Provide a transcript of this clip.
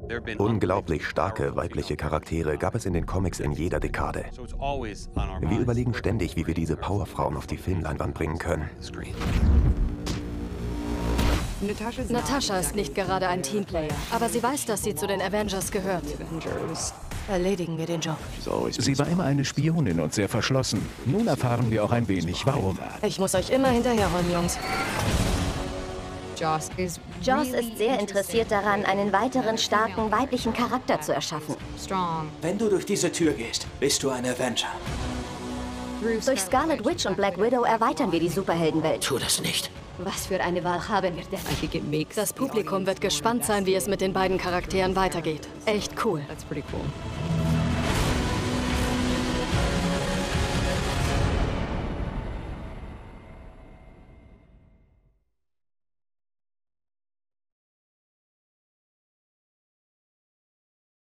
Unglaublich starke weibliche Charaktere gab es in den Comics in jeder Dekade. Wir überlegen ständig, wie wir diese Powerfrauen auf die Filmleinwand bringen können. Natasha ist nicht gerade ein Teamplayer, aber sie weiß, dass sie zu den Avengers gehört. Erledigen wir den Job. Sie war immer eine Spionin und sehr verschlossen. Nun erfahren wir auch ein wenig, warum. Ich muss euch immer hinterherräumen, Jungs. Joss ist sehr interessiert daran, einen weiteren starken weiblichen Charakter zu erschaffen. Wenn du durch diese Tür gehst, bist du ein Avenger. Durch Scarlet Witch und Black Widow erweitern wir die Superheldenwelt. Tu das nicht. Was für eine Wahl haben wir denn? Das Publikum wird gespannt sein, wie es mit den beiden Charakteren weitergeht. Echt cool.